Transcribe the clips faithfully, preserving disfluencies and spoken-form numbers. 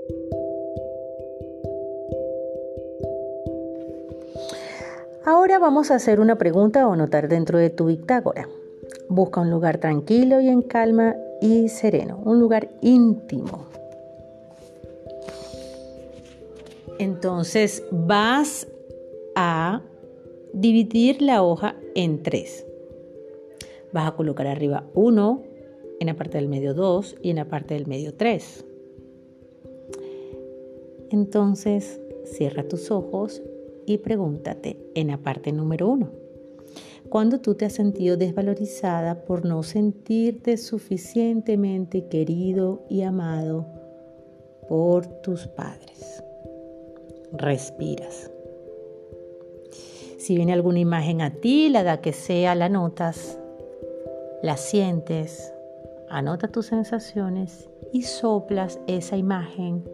Ahora vamos a hacer una pregunta o anotar dentro de tu bitácora. Busca un lugar tranquilo y en calma y sereno, un lugar íntimo. Entonces vas a dividir la hoja en tres. Vas a colocar arriba uno, en la parte del medio dos y en la parte del medio tres. Entonces cierra tus ojos y pregúntate en la parte número uno. ¿Cuándo tú te has sentido desvalorizada por no sentirte suficientemente querido y amado por tus padres? Respiras. Si viene alguna imagen a ti, la da que sea, la notas, la sientes, anota tus sensaciones y soplas esa imagen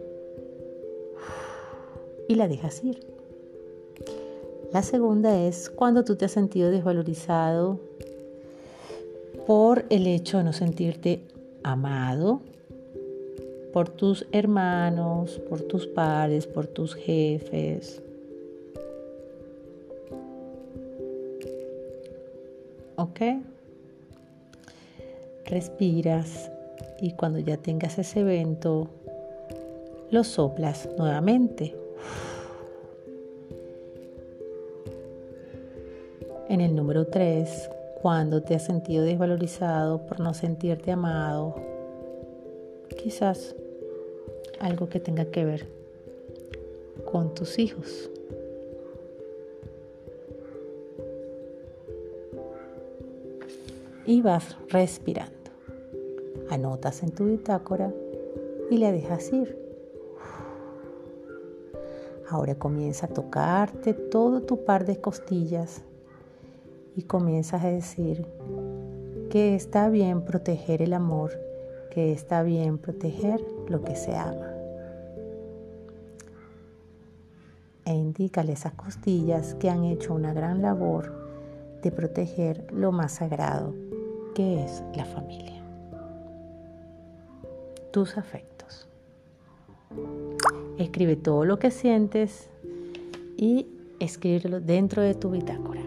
y la dejas ir. La segunda es cuando tú te has sentido desvalorizado por el hecho de no sentirte amado por tus hermanos, por tus padres, por tus jefes. ¿Ok? Respiras y cuando ya tengas ese evento, lo soplas nuevamente. En el número tres, cuando te has sentido desvalorizado por no sentirte amado, quizás algo que tenga que ver con tus hijos. Y vas respirando. Anotas en tu bitácora y la dejas ir. Ahora comienza a tocarte todo tu par de costillas y comienzas a decir que está bien proteger el amor, que está bien proteger lo que se ama. E indícale a esas costillas que han hecho una gran labor de proteger lo más sagrado, que es la familia. Tus afectos. Escribe todo lo que sientes y escríbelo dentro de tu bitácora.